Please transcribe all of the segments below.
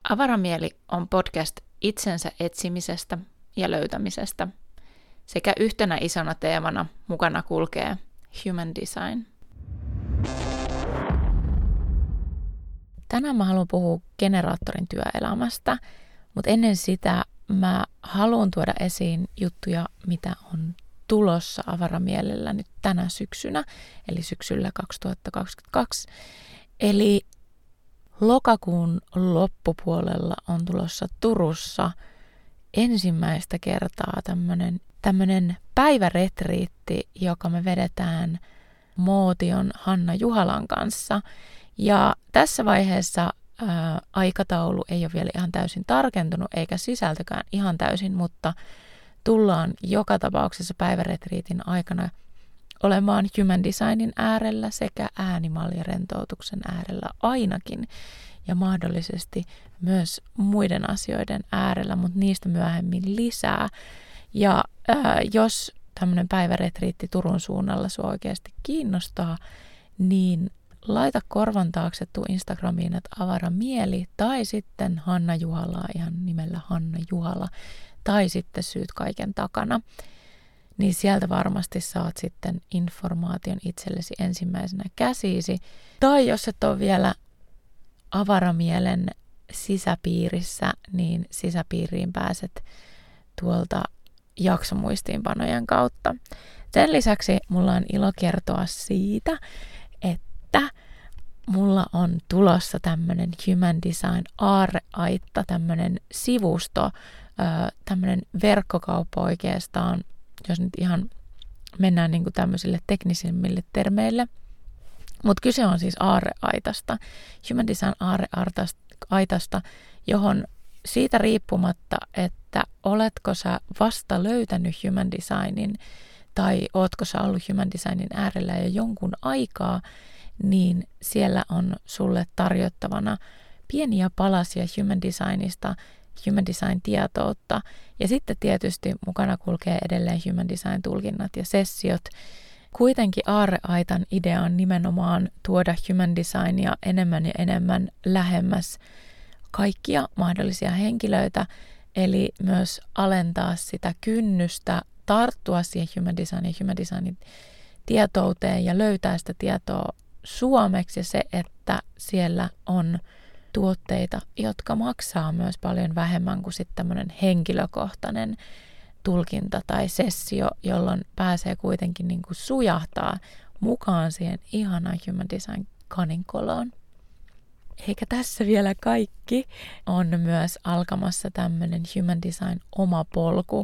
Avaramieli on podcast itsensä etsimisestä ja löytämisestä, sekä yhtenä isona teemana mukana kulkee human design. Tänään mä haluan puhua generaattorin työelämästä, mutta ennen sitä mä haluan tuoda esiin juttuja, mitä on tulossa avaramielellä nyt tänä syksynä, eli syksyllä 2022. Eli lokakuun loppupuolella on tulossa Turussa ensimmäistä kertaa tämmönen päiväretriitti, joka me vedetään Mootion Hanna Juhalan kanssa. Ja tässä vaiheessa aikataulu ei ole vielä ihan täysin tarkentunut, eikä sisältökään ihan täysin, mutta tullaan joka tapauksessa päiväretriitin aikana olemaan human designin äärellä sekä äänimaljarentoutuksen äärellä ainakin ja mahdollisesti myös muiden asioiden äärellä, mutta niistä myöhemmin lisää. Ja jos tämmöinen päiväretriitti Turun suunnalla sua oikeasti kiinnostaa, niin laita korvan taakse, tuu Instagramiin, että avaramieli, tai sitten Hanna Juhala, ihan nimellä Hanna Juhala, tai sitten Syyt kaiken takana. Niin sieltä varmasti saat sitten informaation itsellesi ensimmäisenä käsiisi. Tai jos et ole vielä avaramielen sisäpiirissä, niin sisäpiiriin pääset tuolta jaksomuistiinpanojen kautta. Sen lisäksi mulla on ilo kertoa siitä, että mulla on tulossa tämmönen Human Design aarreaitta, tämmönen sivusto, tämmönen verkkokauppa oikeastaan, jos nyt ihan mennään niin kuin tämmöisille teknisimmille termeille. Mutta kyse on siis aarreaitasta, Human Design aarreaitasta, johon siitä riippumatta, että oletko sä vasta löytänyt Human Designin tai ootko sä ollut Human Designin äärellä jo jonkun aikaa, niin siellä on sulle tarjottavana pieniä palasia Human Designista, Human Design-tietoutta. Ja sitten tietysti mukana kulkee edelleen Human Design-tulkinnat ja sessiot. Kuitenkin aarreaitan idea on nimenomaan tuoda Human Designia enemmän ja enemmän lähemmäs kaikkia mahdollisia henkilöitä, eli myös alentaa sitä kynnystä, tarttua siihen Human Designin ja Human Designin tietouteen ja löytää sitä tietoa suomeksi ja se, että siellä on tuotteita, jotka maksaa myös paljon vähemmän kuin sitten tämmöinen henkilökohtainen tulkinta tai sessio, jolloin pääsee kuitenkin niin kuin sujahtaa mukaan siihen ihanaan Human Design kaninkoloon. Eikä tässä vielä kaikki. On myös alkamassa tämmöinen Human Design oma polku,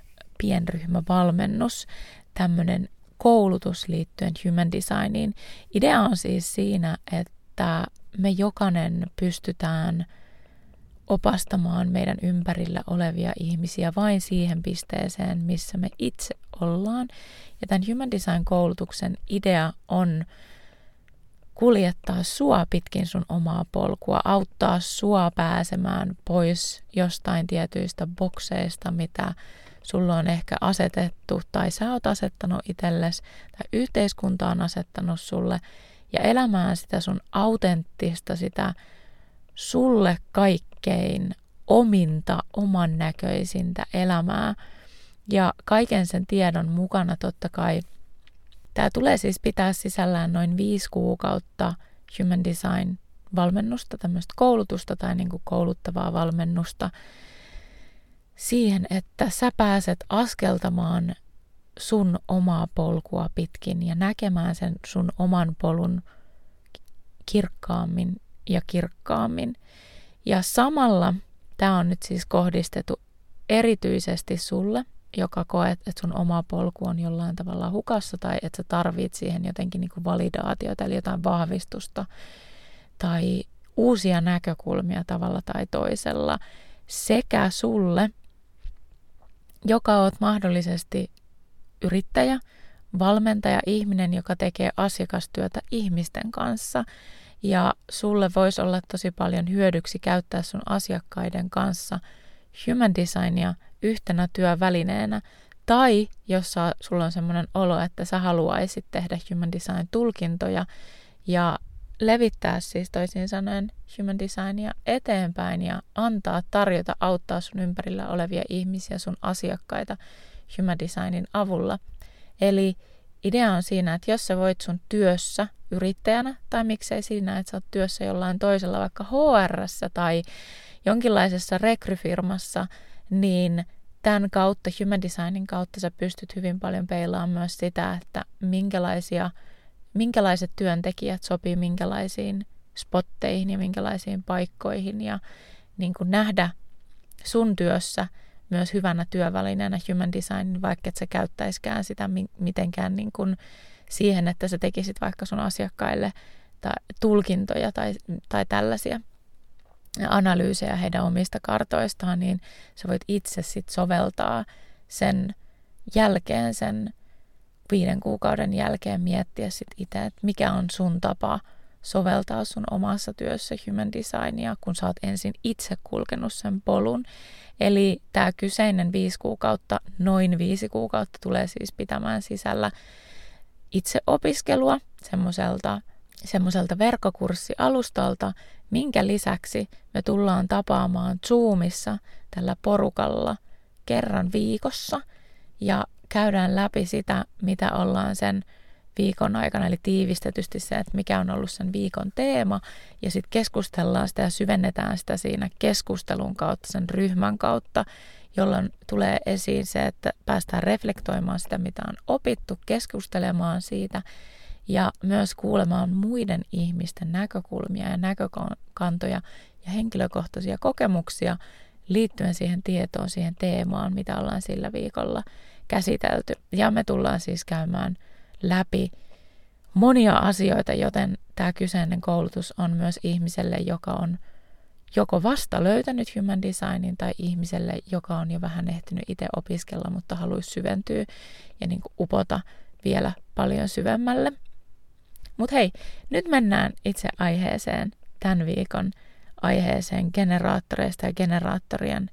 pienryhmävalmennus, tämmöinen koulutus liittyen Human Designiin. Idea on siis siinä, että me jokainen pystytään opastamaan meidän ympärillä olevia ihmisiä vain siihen pisteeseen, missä me itse ollaan. Ja tämän Human Design-koulutuksen idea on kuljettaa sua pitkin sun omaa polkua, auttaa sua pääsemään pois jostain tietyistä bokseista, mitä sulla on ehkä asetettu tai sä oot asettanut itsellesi tai yhteiskunta on asettanut sulle ja elämään sitä sun autenttista, sitä sulle kaikkein ominta, oman näköisintä elämää. Ja kaiken sen tiedon mukana totta kai tämä tulee siis pitää sisällään noin 5 kuukautta Human Design-valmennusta, tämmöistä koulutusta tai niin kuin kouluttavaa valmennusta siihen, että sä pääset askeltamaan sun omaa polkua pitkin ja näkemään sen sun oman polun kirkkaammin ja kirkkaammin. Ja samalla tämä on nyt siis kohdistettu erityisesti sulle, joka koet, että sun oma polku on jollain tavalla hukassa tai että sä tarvit siihen jotenkin niin kuin validaatiota, eli jotain vahvistusta tai uusia näkökulmia tavalla tai toisella, sekä sulle, joka oot mahdollisesti yrittäjä, valmentaja, ihminen, joka tekee asiakastyötä ihmisten kanssa. Ja sulle voisi olla tosi paljon hyödyksi käyttää sun asiakkaiden kanssa Human Designia yhtenä työvälineenä. Tai jos sulla on semmoinen olo, että sä haluaisit tehdä Human Design-tulkintoja ja levittää siis toisin sanoen human designia eteenpäin ja tarjota, auttaa sun ympärillä olevia ihmisiä, sun asiakkaita human designin avulla. Eli idea on siinä, että jos sä voit sun työssä yrittäjänä, tai miksei siinä, että sä oot työssä jollain toisella, vaikka HR:ssä tai jonkinlaisessa rekryfirmassa, niin tämän kautta, human designin kautta sä pystyt hyvin paljon peilaamaan myös sitä, että minkälaiset työntekijät sopii minkälaisiin spotteihin ja minkälaisiin paikkoihin ja niin kuin nähdä sun työssä myös hyvänä työvälineenä human designin, vaikka et sä käyttäisikään sitä mitenkään niin kuin siihen, että sä tekisit vaikka sun asiakkaille tai tulkintoja tai tällaisia analyysejä heidän omista kartoistaan, niin sä voit itse sit soveltaa sen jälkeen, sen 5 kuukauden jälkeen miettiä sit itse, että mikä on sun tapa soveltaa sun omassa työssä human designia, kun sä oot ensin itse kulkenut sen polun. Eli tämä kyseinen 5 kuukautta, noin 5 kuukautta tulee siis pitämään sisällä itseopiskelua semmoiselta verkkokurssialustalta, minkä lisäksi me tullaan tapaamaan Zoomissa tällä porukalla kerran viikossa ja käydään läpi sitä, mitä ollaan sen viikon aikana, eli tiivistetysti se, että mikä on ollut sen viikon teema, ja sitten keskustellaan sitä ja syvennetään sitä siinä keskustelun kautta, sen ryhmän kautta, jolloin tulee esiin se, että päästään reflektoimaan sitä, mitä on opittu, keskustelemaan siitä, ja myös kuulemaan muiden ihmisten näkökulmia ja näkökantoja ja henkilökohtaisia kokemuksia liittyen siihen tietoon, siihen teemaan, mitä ollaan sillä viikolla käsitelty. Ja me tullaan siis käymään läpi monia asioita, joten tämä kyseinen koulutus on myös ihmiselle, joka on joko vasta löytänyt human designin tai ihmiselle, joka on jo vähän ehtinyt itse opiskella, mutta haluaisi syventyä ja niin kuin upota vielä paljon syvemmälle. Mutta hei, nyt mennään itse aiheeseen, tämän viikon aiheeseen generaattoreista ja generaattorien.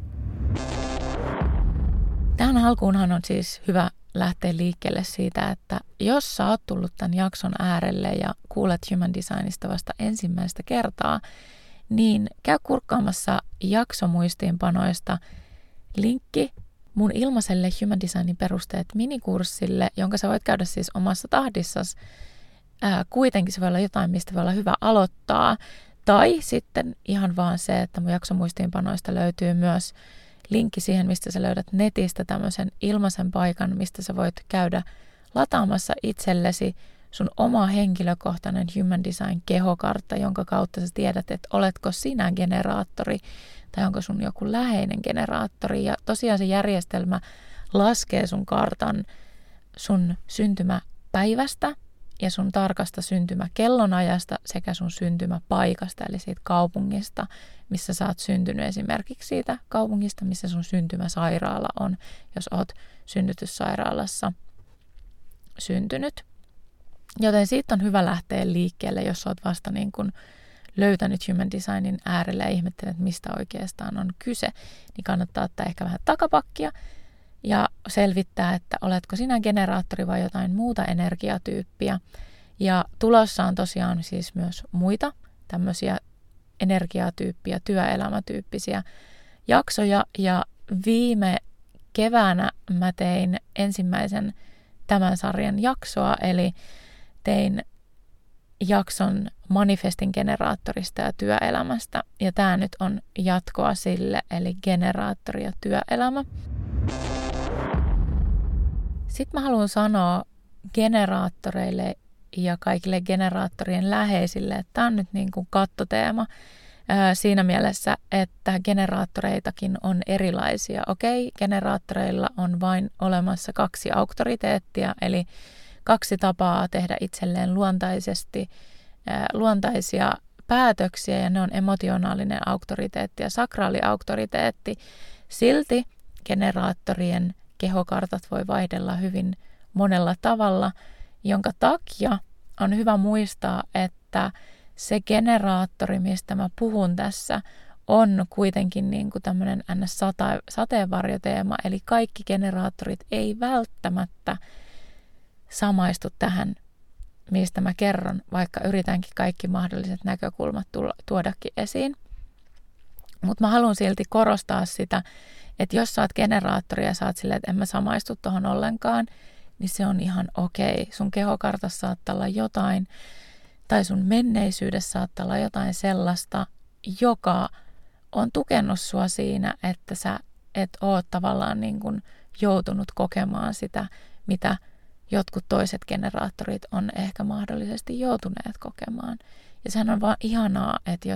Tähän alkuunhan on siis hyvä lähteä liikkeelle siitä, että jos sä oot tullut tämän jakson äärelle ja kuulet human designista vasta ensimmäistä kertaa, niin käy kurkkaamassa jaksomuistiinpanoista linkki mun ilmaiselle human designin perusteet minikurssille, jonka sä voit käydä siis omassa tahdissasi. Kuitenkin se voi olla jotain, mistä voi olla hyvä aloittaa. Tai sitten ihan vaan se, että mun jaksomuistiinpanoista löytyy myös linkki siihen, mistä sä löydät netistä tämmöisen ilmaisen paikan, mistä sä voit käydä lataamassa itsellesi sun oma henkilökohtainen human design kehokartta, jonka kautta sä tiedät, että oletko sinä generaattori tai onko sun joku läheinen generaattori. Ja tosiaan se järjestelmä laskee sun kartan sun syntymäpäivästä ja sun tarkasta syntymäkellonajasta sekä sun syntymäpaikasta, eli siitä kaupungista, missä sä oot syntynyt, esimerkiksi siitä kaupungista, missä sun syntymäsairaala on, jos oot synnytyssairaalassa syntynyt. Joten siitä on hyvä lähteä liikkeelle, jos oot vasta niin kun löytänyt human designin äärelle ja ihmettelet, mistä oikeastaan on kyse, niin kannattaa ottaa ehkä vähän takapakkia ja selvittää, että oletko sinä generaattori vai jotain muuta energiatyyppiä. Ja tulossa on tosiaan siis myös muita tämmöisiä energiatyyppiä, työelämätyyppisiä jaksoja. Ja viime keväänä mä tein ensimmäisen tämän sarjan jaksoa, eli tein jakson manifestin generaattorista ja työelämästä. Ja tämä nyt on jatkoa sille, eli generaattori ja työelämä. Sitten mä haluan sanoa generaattoreille ja kaikille generaattorien läheisille, että tämä on nyt niin kuin kattoteema siinä mielessä, että generaattoreitakin on erilaisia. Okei, generaattoreilla on vain olemassa 2 auktoriteettia, eli 2 tapaa tehdä itselleen luontaisia päätöksiä, ja ne on emotionaalinen auktoriteetti ja sakraali auktoriteetti. Silti generaattorien kehokartat voi vaihdella hyvin monella tavalla, jonka takia on hyvä muistaa, että se generaattori, mistä mä puhun tässä, on kuitenkin niin kuin tämmöinen sateenvarjoteema, eli kaikki generaattorit ei välttämättä samaistu tähän mistä mä kerron, vaikka yritänkin kaikki mahdolliset näkökulmat tuodakin esiin. Mutta mä haluan silti korostaa sitä, että jos sä oot generaattori ja sä oot silleen, että en mä samaistu tohon ollenkaan, niin se on ihan okei. Sun kehokartassa saattaa olla jotain, tai sun menneisyydessä saattaa olla jotain sellaista, joka on tukenut sua siinä, että sä et oo tavallaan niin kuin joutunut kokemaan sitä, mitä jotkut toiset generaattorit on ehkä mahdollisesti joutuneet kokemaan. Ja sehän on vaan ihanaa, että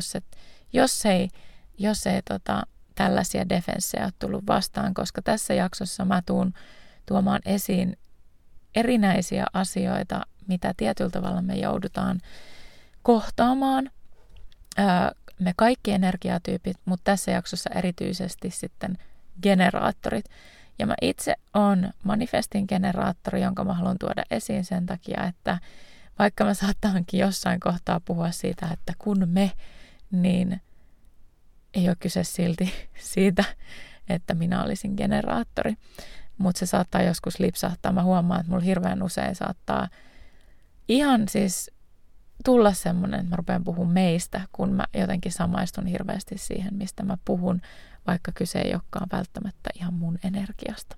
jos ei tällaisia defenssejä ole tullut vastaan, koska tässä jaksossa mä tuun tuomaan esiin erinäisiä asioita, mitä tietyllä tavalla me joudutaan kohtaamaan. Me kaikki energiatyypit, mutta tässä jaksossa erityisesti sitten generaattorit. Ja mä itse on manifestin generaattori, jonka mä haluan tuoda esiin sen takia, että vaikka mä saattaankin jossain kohtaa puhua siitä, että kun me, niin ei ole kyse silti siitä, että minä olisin generaattori. Mutta se saattaa joskus lipsahtaa. Mä huomaan, että mulla hirveän usein saattaa ihan siis tulla semmoinen, että mä rupean puhumaan meistä, kun mä jotenkin samaistun hirveästi siihen, mistä mä puhun, vaikka kyse ei olekaan välttämättä ihan mun energiasta.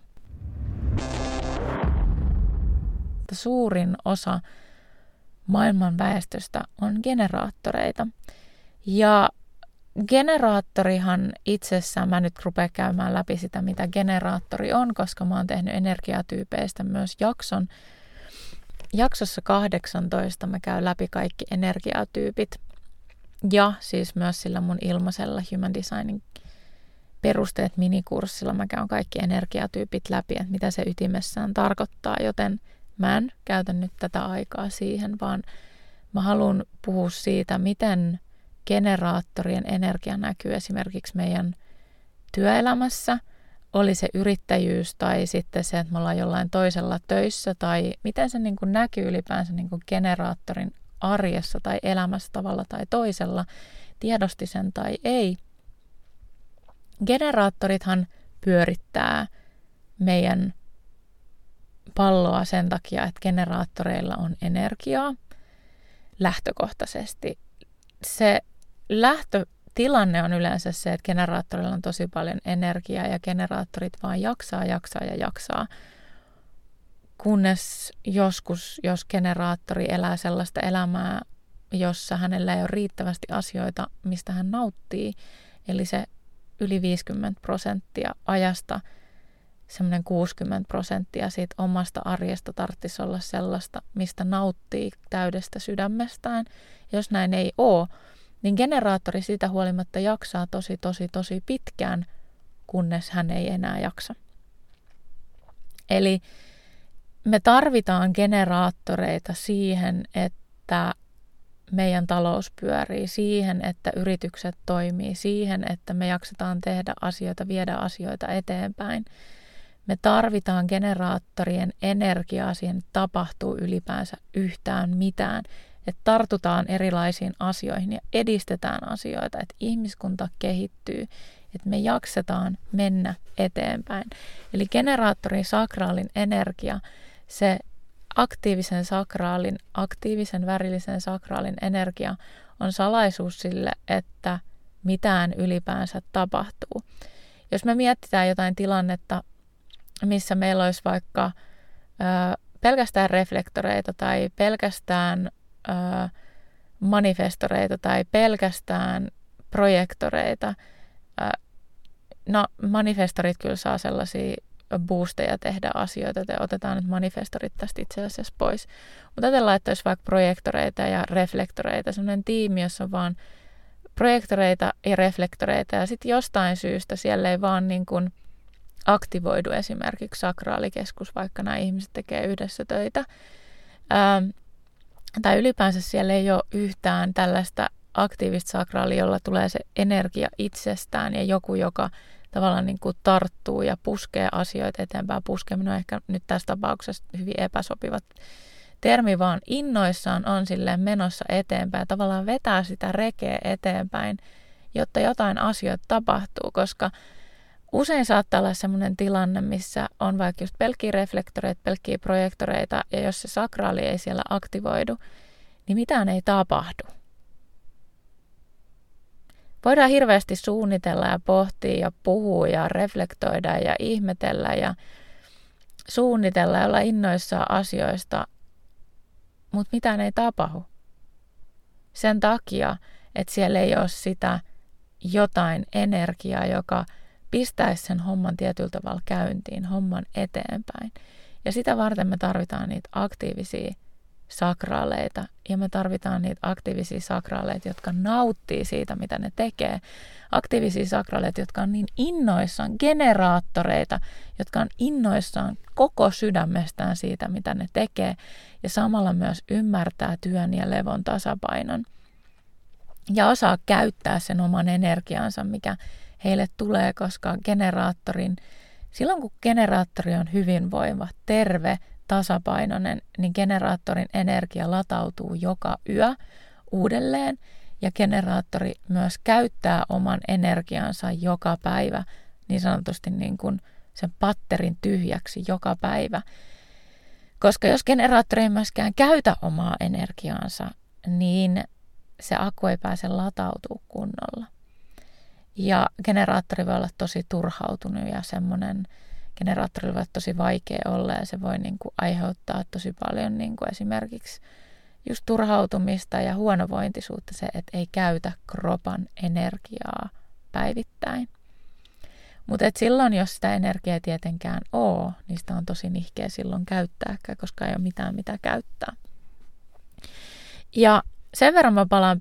Suurin osa maailman väestöstä on generaattoreita. Ja generaattorihan itsessään, mä nyt rupean käymään läpi sitä, mitä generaattori on, koska mä oon tehnyt energiatyypeistä myös jakson. Jaksossa 18 mä käyn läpi kaikki energiatyypit ja siis myös sillä mun ilmaisella Human Designin perusteet minikurssilla mä käyn kaikki energiatyypit läpi, että mitä se ytimessään tarkoittaa, joten mä en käytä nyt tätä aikaa siihen, vaan mä haluan puhua siitä, miten generaattorien energia näkyy esimerkiksi meidän työelämässä, oli se yrittäjyys tai sitten se, että me ollaan jollain toisella töissä tai miten se niin kuin näkyy ylipäänsä niin kuin generaattorin arjessa tai elämässä tavalla tai toisella, tiedosti sen tai ei. Generaattorithan pyörittää meidän palloa sen takia, että generaattoreilla on energiaa lähtökohtaisesti. Se lähtötilanne on yleensä se, että generaattorilla on tosi paljon energiaa ja generaattorit vaan jaksaa. Kunnes joskus, jos generaattori elää sellaista elämää, jossa hänellä ei ole riittävästi asioita, mistä hän nauttii, eli se yli 50% ajasta, semmoinen 60% siitä omasta arjesta tarvitsisi olla sellaista, mistä nauttii täydestä sydämestään. Jos näin ei ole, niin generaattori siitä huolimatta jaksaa tosi pitkään, kunnes hän ei enää jaksa. Eli me tarvitaan generaattoreita siihen, että meidän talous pyörii, siihen, että yritykset toimii, siihen, että me jaksetaan tehdä asioita, viedä asioita eteenpäin. Me tarvitaan generaattorien energiaa siihen, että tapahtuu ylipäänsä yhtään mitään. Että tartutaan erilaisiin asioihin ja edistetään asioita, että ihmiskunta kehittyy, että me jaksetaan mennä eteenpäin. Eli generaattorin sakraalin energia, se aktiivisen värillisen sakraalin energia on salaisuus sille, että mitään ylipäänsä tapahtuu. Jos me mietitään jotain tilannetta, missä meillä olisi vaikka pelkästään reflektoreita tai pelkästään manifestoreita tai pelkästään projektoreita. No, manifestorit kyllä saa sellaisia boosteja tehdä asioita, että otetaan nyt manifestorit tästä itse asiassa pois. Mutta ajatellaan, että olisi vaikka projektoreita ja reflektoreita, sellainen tiimi, jossa on vaan projektoreita ja reflektoreita ja sitten jostain syystä siellä ei vaan niin kuin aktivoidu esimerkiksi sakraalikeskus, vaikka nämä ihmiset tekee yhdessä töitä. Tai ylipäänsä siellä ei ole yhtään tällaista aktiivista sakraalia, jolla tulee se energia itsestään ja joku, joka tavallaan niin kuin tarttuu ja puskee asioita eteenpäin. Puskeminen on ehkä nyt tässä tapauksessa hyvin epäsopiva termi, vaan innoissaan on silleen menossa eteenpäin ja tavallaan vetää sitä rekeä eteenpäin, jotta jotain asioita tapahtuu, koska usein saattaa olla sellainen tilanne, missä on vaikka just pelkkiä reflektoreita, pelkkiä projektoreita, ja jos se sakraali ei siellä aktivoidu, niin mitään ei tapahdu. Voidaan hirveästi suunnitella ja pohtia ja puhua ja reflektoida ja ihmetellä ja suunnitella ja olla innoissaan asioista, mutta mitään ei tapahdu. Sen takia, että siellä ei ole sitä jotain energiaa, joka pistäisi sen homman tietyllä tavalla käyntiin, homman eteenpäin. Ja sitä varten me tarvitaan niitä aktiivisia sakraaleita, ja me tarvitaan niitä aktiivisia sakraaleita, jotka nauttii siitä, mitä ne tekee. Aktiivisia sakraaleita, jotka on niin innoissaan, generaattoreita, jotka on innoissaan koko sydämestään siitä, mitä ne tekee, ja samalla myös ymmärtää työn ja levon tasapainon. Ja osaa käyttää sen oman energiansa, mikä heille tulee, koska silloin kun generaattori on hyvinvoiva, terve, tasapainoinen, niin generaattorin energia latautuu joka yö uudelleen ja generaattori myös käyttää oman energiansa joka päivä niin sanotusti niin kuin sen patterin tyhjäksi joka päivä. Koska jos generaattori ei myöskään käytä omaa energiaansa, niin se akku ei pääse latautumaan kunnolla. Ja generaattori voi olla tosi turhautunut ja semmoinen generaattori voi olla tosi vaikea olla ja se voi niin kuin aiheuttaa tosi paljon niin kuin esimerkiksi just turhautumista ja huonovointisuutta se, että ei käytä kropan energiaa päivittäin. Mutta silloin, jos sitä energiaa ei tietenkään ole, niin sitä on tosi nihkeä silloin käyttääkään, koska ei ole mitään mitä käyttää. Ja sen verran mä palaan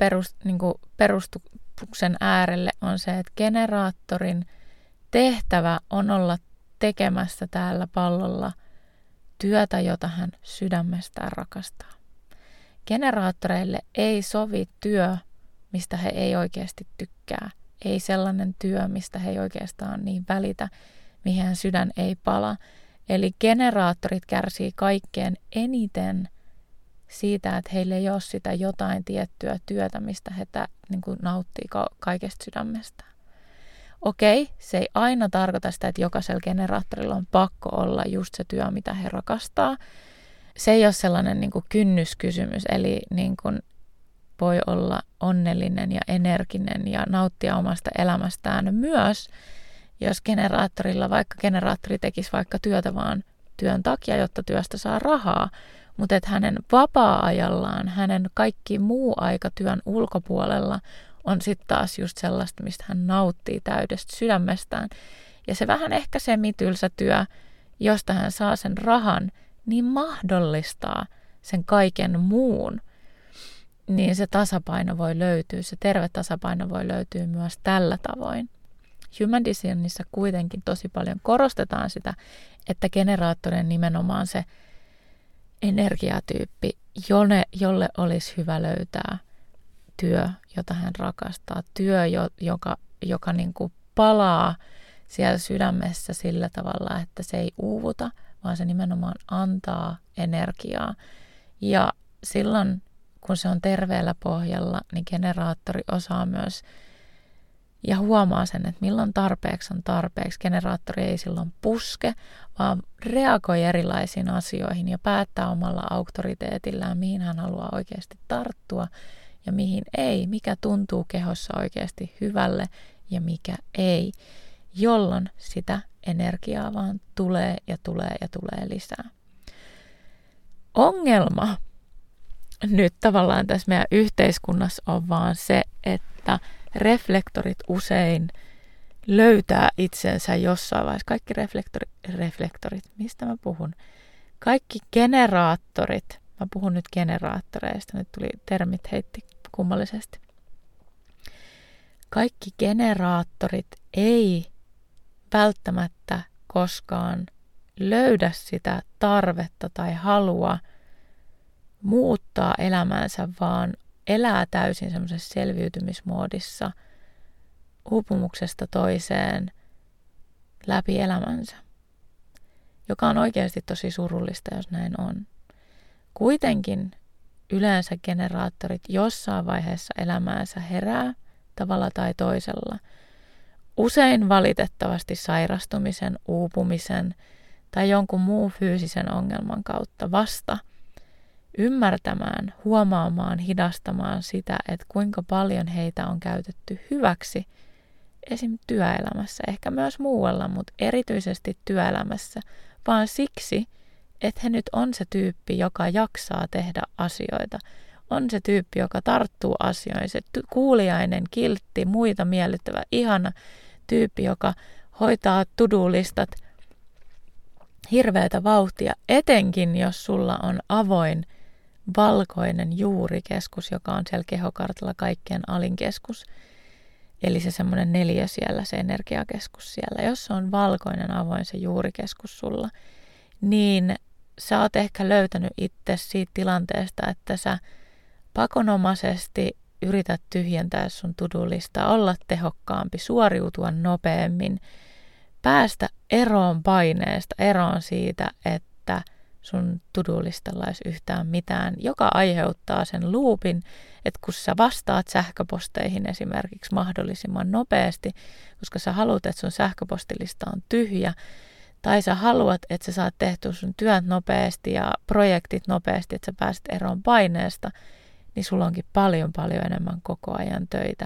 perustuksen äärelle on se, että generaattorin tehtävä on olla tekemässä täällä pallolla työtä, jota hän sydämestään rakastaa. Generaattoreille ei sovi työ, mistä he ei oikeasti tykkää. Ei sellainen työ, mistä he ei oikeastaan niin välitä, mihin sydän ei pala. Eli generaattorit kärsii kaikkein eniten siitä, että heillä ei ole sitä jotain tiettyä työtä, mistä he niin kuin nauttii kaikesta sydämestään. Okei, se ei aina tarkoita sitä, että jokaisella generaattorilla on pakko olla just se työ, mitä he rakastaa. Se ei ole sellainen niin kuin kynnyskysymys, eli niin kuin voi olla onnellinen ja energinen ja nauttia omasta elämästään myös, jos vaikka generaattori tekisi vaikka työtä vaan työn takia, jotta työstä saa rahaa, mutta että hänen vapaa-ajallaan, hänen kaikki muu aika työn ulkopuolella on sitten taas just sellaista, mistä hän nauttii täydestä sydämestään. Ja se vähän ehkä se mitylsä työ, josta hän saa sen rahan, niin mahdollistaa sen kaiken muun. Niin se tasapaino voi löytyä, se terve tasapaino voi löytyä myös tällä tavoin. Human Designissa kuitenkin tosi paljon korostetaan sitä, että generaattori on nimenomaan se energiatyyppi, jolle olisi hyvä löytää työ, jota hän rakastaa. Työ, joka niin kuin palaa siellä sydämessä sillä tavalla, että se ei uuvuta, vaan se nimenomaan antaa energiaa. Ja silloin, kun se on terveellä pohjalla, niin generaattori osaa myös ja huomaa sen, että milloin tarpeeksi on tarpeeksi. Generaattori ei silloin puske, vaan reagoi erilaisiin asioihin ja päättää omalla auktoriteetillään, mihin hän haluaa oikeasti tarttua ja mihin ei, mikä tuntuu kehossa oikeasti hyvälle ja mikä ei, jolloin sitä energiaa vaan tulee ja tulee ja tulee lisää. Ongelma nyt tavallaan tässä meidän yhteiskunnassa on vaan se, että reflektorit usein löytää itsensä jossain vaiheessa. Kaikki reflektorit, mistä mä puhun? Kaikki generaattorit, mä puhun nyt generaattoreista, nyt tuli termit heitti kummallisesti. Kaikki generaattorit ei välttämättä koskaan löydä sitä tarvetta tai halua muuttaa elämäänsä, vaan elää täysin semmoisessa selviytymismoodissa uupumuksesta toiseen läpi elämänsä, joka on oikeasti tosi surullista, jos näin on. Kuitenkin yleensä generaattorit jossain vaiheessa elämäänsä herää tavalla tai toisella, usein valitettavasti sairastumisen, uupumisen tai jonkun muun fyysisen ongelman kautta vasta ymmärtämään, huomaamaan, hidastamaan sitä, että kuinka paljon heitä on käytetty hyväksi esim. Työelämässä, ehkä myös muualla, mutta erityisesti työelämässä, vaan siksi, että he nyt on se tyyppi, joka jaksaa tehdä asioita, on se tyyppi, joka tarttuu asioihin, se kuuliainen, kiltti, muita miellyttävä, ihana tyyppi, joka hoitaa to-do-listat hirveätä vauhtia, etenkin jos sulla on avoin, valkoinen juurikeskus, joka on siellä kehokartalla kaikkien alinkeskus. Eli se semmoinen 4 siellä, se energiakeskus siellä. Jos se on valkoinen, avoin se juurikeskus sulla, niin sä oot ehkä löytänyt itse siitä tilanteesta, että sä pakonomaisesti yrität tyhjentää sun to-do-listaa, olla tehokkaampi, suoriutua nopeammin, päästä eroon paineesta, eroon siitä, että sun to-do-listalla olisi yhtään mitään, joka aiheuttaa sen loopin, että kun sä vastaat sähköposteihin esimerkiksi mahdollisimman nopeasti, koska sä haluat, että sun sähköpostilista on tyhjä, tai sä haluat, että sä saat tehtyä sun työt nopeasti ja projektit nopeasti, että sä pääset eroon paineesta, niin sulla onkin paljon enemmän koko ajan töitä.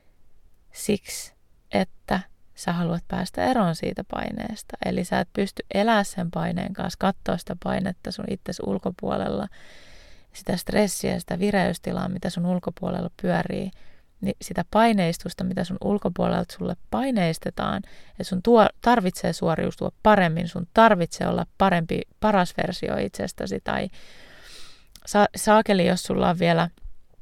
Siksi, että sä haluat päästä eroon siitä paineesta. Eli sä et pysty elämään sen paineen kanssa, katsoa sitä painetta sun itsesi ulkopuolella, sitä stressiä, sitä vireystilaa, mitä sun ulkopuolella pyörii, niin sitä paineistusta, mitä sun ulkopuolelta sulle paineistetaan, että sun tarvitsee suoriutua paremmin, sun tarvitsee olla parempi, paras versio itsestäsi, tai saakeli, jos sulla on vielä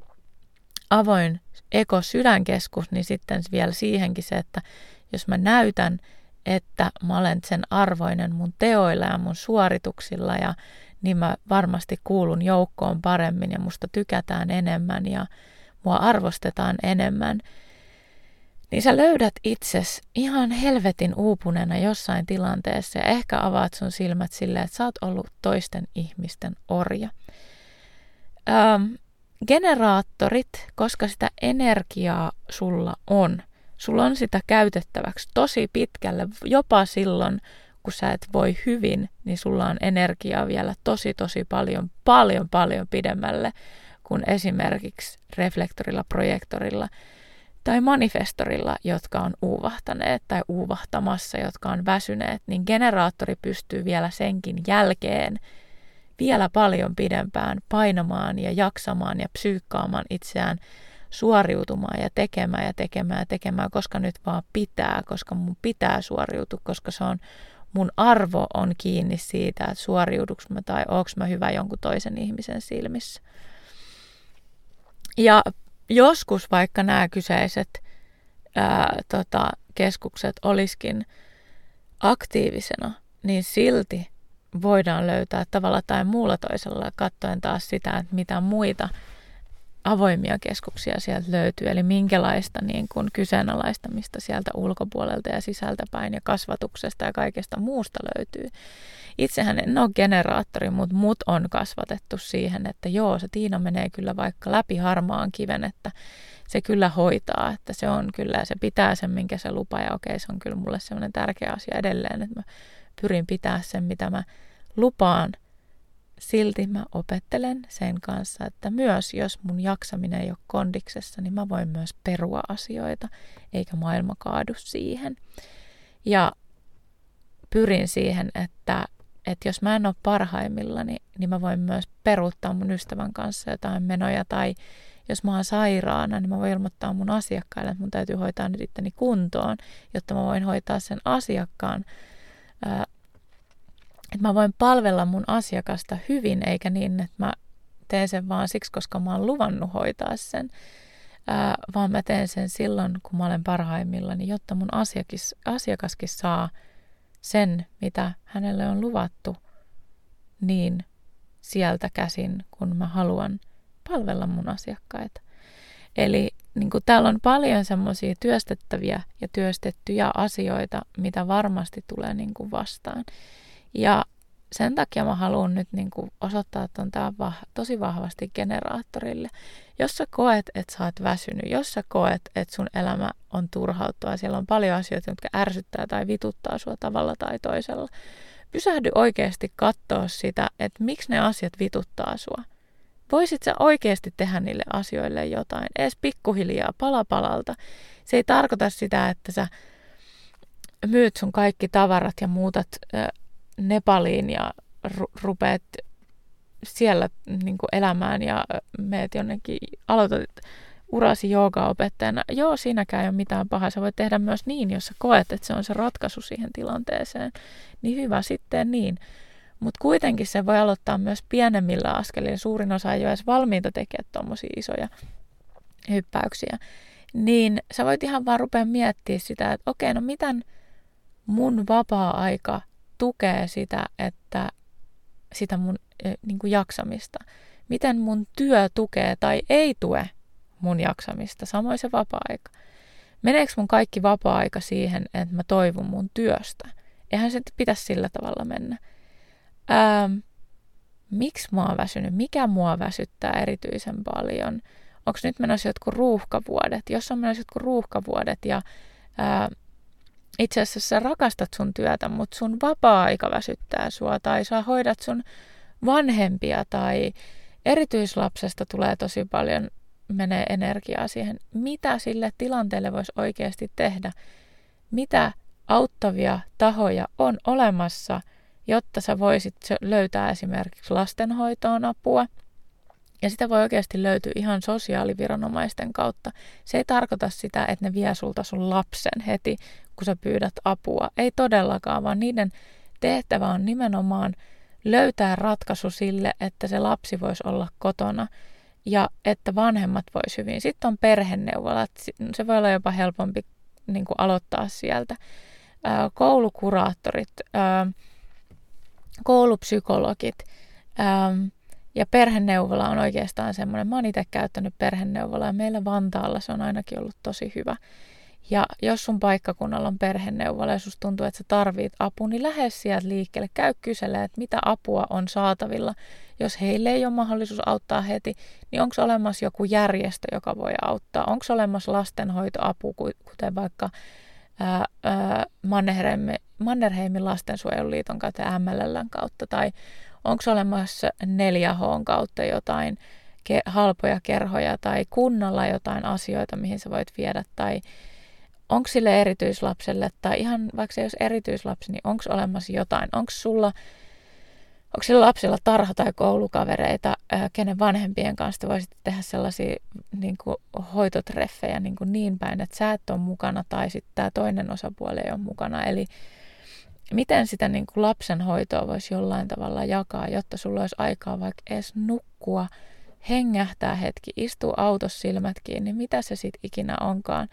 avoin ego-sydänkeskus, niin sitten vielä siihenkin se, että jos mä näytän, että mä olen sen arvoinen mun teoilla ja mun suorituksilla, niin mä varmasti kuulun joukkoon paremmin ja musta tykätään enemmän ja mua arvostetaan enemmän, niin sä löydät itses ihan helvetin uupuneena jossain tilanteessa ja ehkä avaat sun silmät silleen, että sä oot ollut toisten ihmisten orja. Generaattorit, koska sitä energiaa sulla on sitä käytettäväksi tosi pitkälle, jopa silloin, kun sä et voi hyvin, niin sulla on energiaa vielä tosi paljon pidemmälle kuin esimerkiksi reflektorilla, projektorilla tai manifestorilla, jotka on uuvahtaneet tai uuvahtamassa, jotka on väsyneet, niin generaattori pystyy vielä senkin jälkeen vielä paljon pidempään painamaan ja jaksamaan ja psyykkaamaan itseään suoriutumaan ja tekemään, koska nyt vaan pitää, koska mun pitää suoriutua, koska se on, mun arvo on kiinni siitä, että suoriuduks mä tai onko mä hyvä jonkun toisen ihmisen silmissä. Ja joskus vaikka nämä kyseiset keskukset olisikin aktiivisena, niin silti voidaan löytää tavalla tai muulla toisella katsoen taas sitä, että mitä muita avoimia keskuksia sieltä löytyy, eli minkälaista niin kuin kyseenalaistamista sieltä ulkopuolelta ja sisältäpäin ja kasvatuksesta ja kaikesta muusta löytyy. Itsehän en ole generaattori, mutta mut on kasvatettu siihen, että joo, se Tiina menee kyllä vaikka läpi harmaan kiven, että se kyllä hoitaa, että se on kyllä, se pitää sen, minkä se lupaa, ja okei, se on kyllä mulle sellainen tärkeä asia edelleen, että mä pyrin pitää sen, mitä mä lupaan. Silti mä opettelen sen kanssa, että myös jos mun jaksaminen ei ole kondiksessa, niin mä voin myös perua asioita, eikä maailma kaadu siihen. Ja pyrin siihen, että jos mä en ole parhaimmillani, niin mä voin myös peruuttaa mun ystävän kanssa jotain menoja, tai jos mä oon sairaana, niin mä voin ilmoittaa mun asiakkaille, että mun täytyy hoitaa nyt itteni kuntoon, jotta mä voin hoitaa sen asiakkaan. Että mä voin palvella mun asiakasta hyvin, eikä niin, että mä teen sen vaan siksi, koska mä oon luvannut hoitaa sen, vaan mä teen sen silloin, kun mä olen parhaimmillani, jotta mun asiakaskin saa sen, mitä hänelle on luvattu, niin sieltä käsin, kun mä haluan palvella mun asiakkaita. Eli niin kuin täällä on paljon semmoisia työstettäviä ja työstettyjä asioita, mitä varmasti tulee niin kuin vastaan. Ja sen takia mä haluan nyt niin kuin osoittaa, että on tämä tosi vahvasti generaattorille. Jos sä koet, että sä oot väsynyt, jos sä koet, että sun elämä on turhauttavaa, siellä on paljon asioita, jotka ärsyttää tai vituttaa sua tavalla tai toisella, pysähdy oikeasti katsoa sitä, että miksi ne asiat vituttaa sua. Voisit sä oikeasti tehdä niille asioille jotain, edes pikkuhiljaa, pala palalta. Se ei tarkoita sitä, että sä myyt sun kaikki tavarat ja muutat Nepaliin ja rupeat siellä niin kuin elämään ja meet jonnekin, aloitat urasi joogaopettajana. Joo, siinäkään ei ole mitään pahaa. Sä voit tehdä myös niin, jos sä koet, että se on se ratkaisu siihen tilanteeseen. Niin hyvä sitten niin. Mutta kuitenkin se voi aloittaa myös pienemmillä askelilla. Suurin osa ei ole edes valmiita tekemään tuommoisia isoja hyppäyksiä. Niin sä voit ihan vaan rupea miettimään sitä, että okei, no miten mun vapaa-aika tukee sitä mun niin kuin jaksamista. Miten mun työ tukee tai ei tue mun jaksamista, samoin se vapaa-aika. Meneekö mun kaikki vapaa-aika siihen, että mä toivon mun työstä? Eihän se pitäisi sillä tavalla mennä. Miksi mä oon väsynyt? Mikä mua väsyttää erityisen paljon? Onko nyt menossa jotkut ruuhkavuodet? Jos on menossa jotkut ruuhkavuodet ja itse asiassa sä rakastat sun työtä, mutta sun vapaa-aika väsyttää sua tai sä hoidat sun vanhempia tai erityislapsesta tulee tosi paljon, menee energiaa siihen. Mitä sille tilanteelle voisi oikeasti tehdä? Mitä auttavia tahoja on olemassa, jotta sä voisit löytää esimerkiksi lastenhoitoon apua? Ja sitä voi oikeasti löytyä ihan sosiaaliviranomaisten kautta. Se ei tarkoita sitä, että ne vie sulta sun lapsen heti, kun sä pyydät apua. Ei todellakaan, vaan niiden tehtävä on nimenomaan löytää ratkaisu sille, että se lapsi voisi olla kotona ja että vanhemmat vois hyvin. Sitten on perheneuvolat. Se voi olla jopa helpompi niin kuin aloittaa sieltä. Koulukuraattorit, koulupsykologit ja perheneuvola on oikeastaan semmoinen. Mä oon itse käyttänyt perheneuvolaa ja meillä Vantaalla se on ainakin ollut tosi hyvä. Ja jos sun paikkakunnalla on perheneuvola ja susta tuntuu, että sä tarvit apua, niin lähde sieltä liikkeelle. Käy kyselemään, että mitä apua on saatavilla. Jos heille ei ole mahdollisuus auttaa heti, niin onko olemassa joku järjestö, joka voi auttaa? Onko olemassa lastenhoitoapu, kuten vaikka Mannerheimin lastensuojeluliiton kautta ja MLL:n kautta? Tai onko olemassa 4H:n kautta jotain halpoja kerhoja tai kunnalla jotain asioita, mihin sä voit viedä? Tai onko sille erityislapselle, tai ihan vaikka se ei olisi erityislapsi, niin onko olemassa jotain? Onko sillä lapsella tarha- tai koulukavereita, kenen vanhempien kanssa voisit tehdä sellaisia niin kuin hoitotreffejä niin päin, että sä et ole mukana, tai sitten tämä toinen osapuoli ei ole mukana. Eli miten sitä niin kuin lapsen hoitoa voisi jollain tavalla jakaa, jotta sulla olisi aikaa vaikka edes nukkua, hengähtää hetki, istua autossa silmät kiinni, mitä se sitten ikinä onkaan.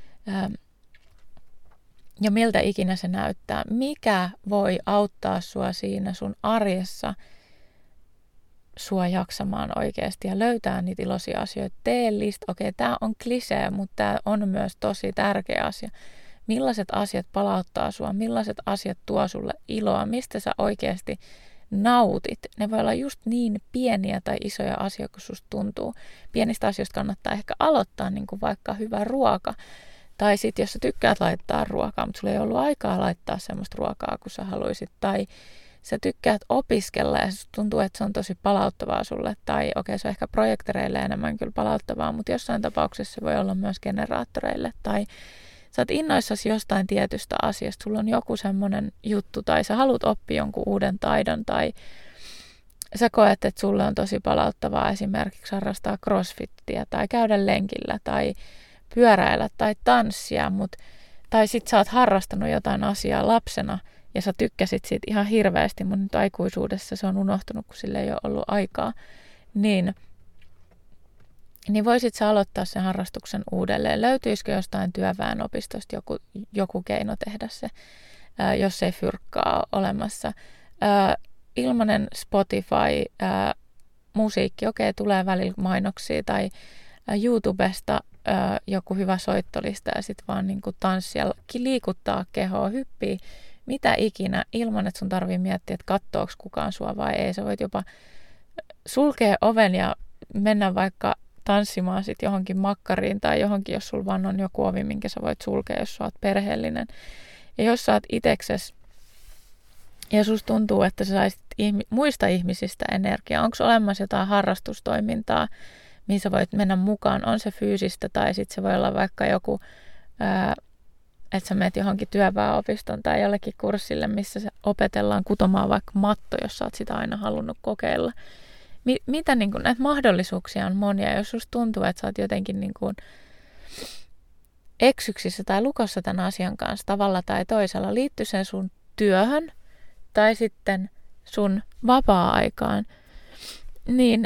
Ja miltä ikinä se näyttää. Mikä voi auttaa sua siinä sun arjessa sua jaksamaan oikeasti ja löytää niitä iloisia asioita. Tee lista. Okei, tämä on klisee, mutta tämä on myös tosi tärkeä asia. Millaiset asiat palauttaa sua? Millaiset asiat tuo sulle iloa? Mistä sä oikeasti nautit? Ne voi olla just niin pieniä tai isoja asioita, kun susta tuntuu. Pienistä asioista kannattaa ehkä aloittaa, niin kuin vaikka hyvä ruoka. Tai sitten jos sä tykkäät laittaa ruokaa, mutta sulla ei ollut aikaa laittaa semmoista ruokaa, kun sä haluisit. Tai sä tykkäät opiskella ja tuntuu, että se on tosi palauttavaa sulle. Tai okei, se on ehkä projektoreille enemmän kyllä palauttavaa, mutta jossain tapauksessa se voi olla myös generaattoreille. Tai sä oot innoissasi jostain tietystä asiasta, sulla on joku semmoinen juttu, tai sä haluat oppia jonkun uuden taidon, tai sä koet, että sulle on tosi palauttavaa esimerkiksi harrastaa crossfittiä, tai käydä lenkillä, tai pyöräillä tai tanssia, tai sit sä oot harrastanut jotain asiaa lapsena ja sä tykkäsit siitä ihan hirveästi, mutta nyt aikuisuudessa se on unohtunut, kun sille ei ole ollut aikaa, niin voisit sä aloittaa sen harrastuksen uudelleen. Löytyisikö jostain työväenopistosta joku keino tehdä se, jos ei fyrkkaa olemassa? Ilmainen Spotify, musiikki, okei, tulee välillä mainoksia, tai YouTubesta joku hyvä soittolista ja sitten vaan niin kuin tanssia, liikuttaa kehoa, hyppii mitä ikinä, ilman että sun tarvii miettiä, että kattooks kukaan sua vai ei. Sä voit jopa sulkea oven ja mennä vaikka tanssimaan sit johonkin makkariin tai johonkin, jos sulla vaan on joku ovi, minkä sä voit sulkea, jos sä oot perheellinen. Ja jos sä oot itekses ja susta tuntuu, että sä saisit muista ihmisistä energiaa, onko olemassa jotain harrastustoimintaa, mihin sä voit mennä mukaan, on se fyysistä tai sitten se voi olla vaikka joku, että sä menet johonkin työväenopiston tai jollekin kurssille, missä se opetellaan kutomaan vaikka matto, jos sä oot sitä aina halunnut kokeilla. Mitä niin kun, näitä mahdollisuuksia on monia, jos susta tuntuu, että sä oot jotenkin niin kun eksyksissä tai lukossa tämän asian kanssa tavalla tai toisella, liittyy sen sun työhön tai sitten sun vapaa-aikaan, niin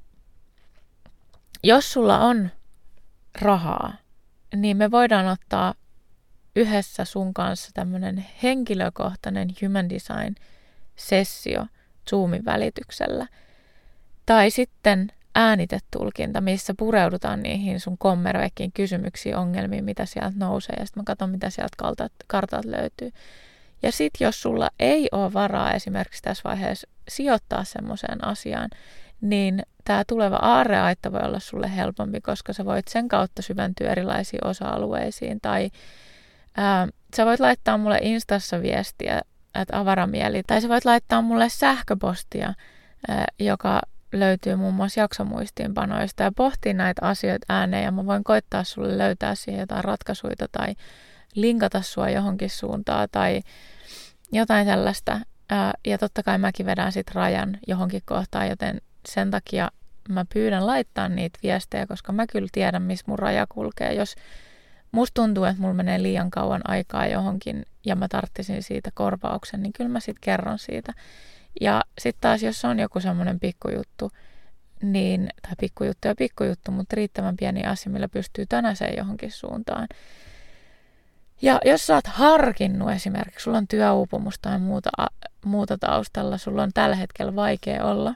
jos sulla on rahaa, niin me voidaan ottaa yhdessä sun kanssa tämmöinen henkilökohtainen human design sessio Zoomin välityksellä. Tai sitten äänitetulkinta, missä pureudutaan niihin sun kommervekkiin kysymyksiin, ongelmiin, mitä sieltä nousee. Ja sitten mä katson, mitä sieltä kartalta löytyy. Ja sitten jos sulla ei ole varaa esimerkiksi tässä vaiheessa sijoittaa semmoiseen asiaan, niin tämä tuleva aarreaitta voi olla sulle helpompi, koska sä voit sen kautta syventyä erilaisiin osa-alueisiin. Tai sä voit laittaa mulle Instassa viestiä, että avaramieli. Tai sä voit laittaa mulle sähköpostia, joka löytyy muun muassa jaksomuistiinpanoista ja pohtia näitä asioita ääneen. Ja mä voin koittaa sulle löytää siihen jotain ratkaisuja tai linkata sua johonkin suuntaan tai jotain tällaista. Ja totta kai mäkin vedän sit rajan johonkin kohtaan, joten sen takia mä pyydän laittaa niitä viestejä, koska mä kyllä tiedän, missä mun raja kulkee. Jos musta tuntuu, että mulla menee liian kauan aikaa johonkin ja mä tarttisin siitä korvauksen, niin kyllä mä sit kerron siitä. Ja sitten taas, jos on joku semmoinen pikkujuttu, niin, tai pikkujuttu, mutta riittävän pieni asia, millä pystyy tönäseen johonkin suuntaan. Ja jos sä oot harkinnut esimerkiksi, sulla on työuupumus tai muuta taustalla, sulla on tällä hetkellä vaikea olla,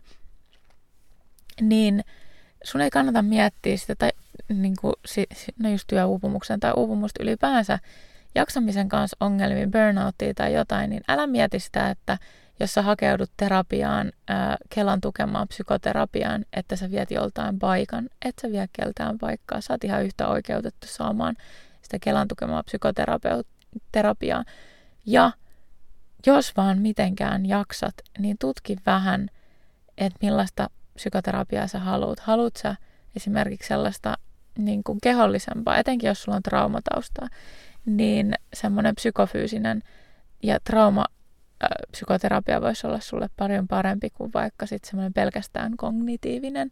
niin sun ei kannata miettiä sitä, tai niin kuin, no just työuupumuksen tai uupumusta ylipäänsä, jaksamisen kanssa ongelmiin, burnouttia tai jotain, niin älä mieti sitä, että jos sä hakeudut terapiaan, Kelan tukemaan psykoterapiaan, että sä viet joltain paikan, et sä vie keltään paikkaa. Sä oot ihan yhtä oikeutettu saamaan sitä Kelan tukemaa psykoterapiaa. Ja jos vaan mitenkään jaksat, niin tutki vähän, että millaista psykoterapiaa sä haluat. Haluat sä esimerkiksi sellaista niin kuin kehollisempaa, etenkin jos sulla on traumataustaa, niin semmoinen psykofyysinen ja psykoterapia voisi olla sulle paljon parempi kuin vaikka sitten semmoinen pelkästään kognitiivinen.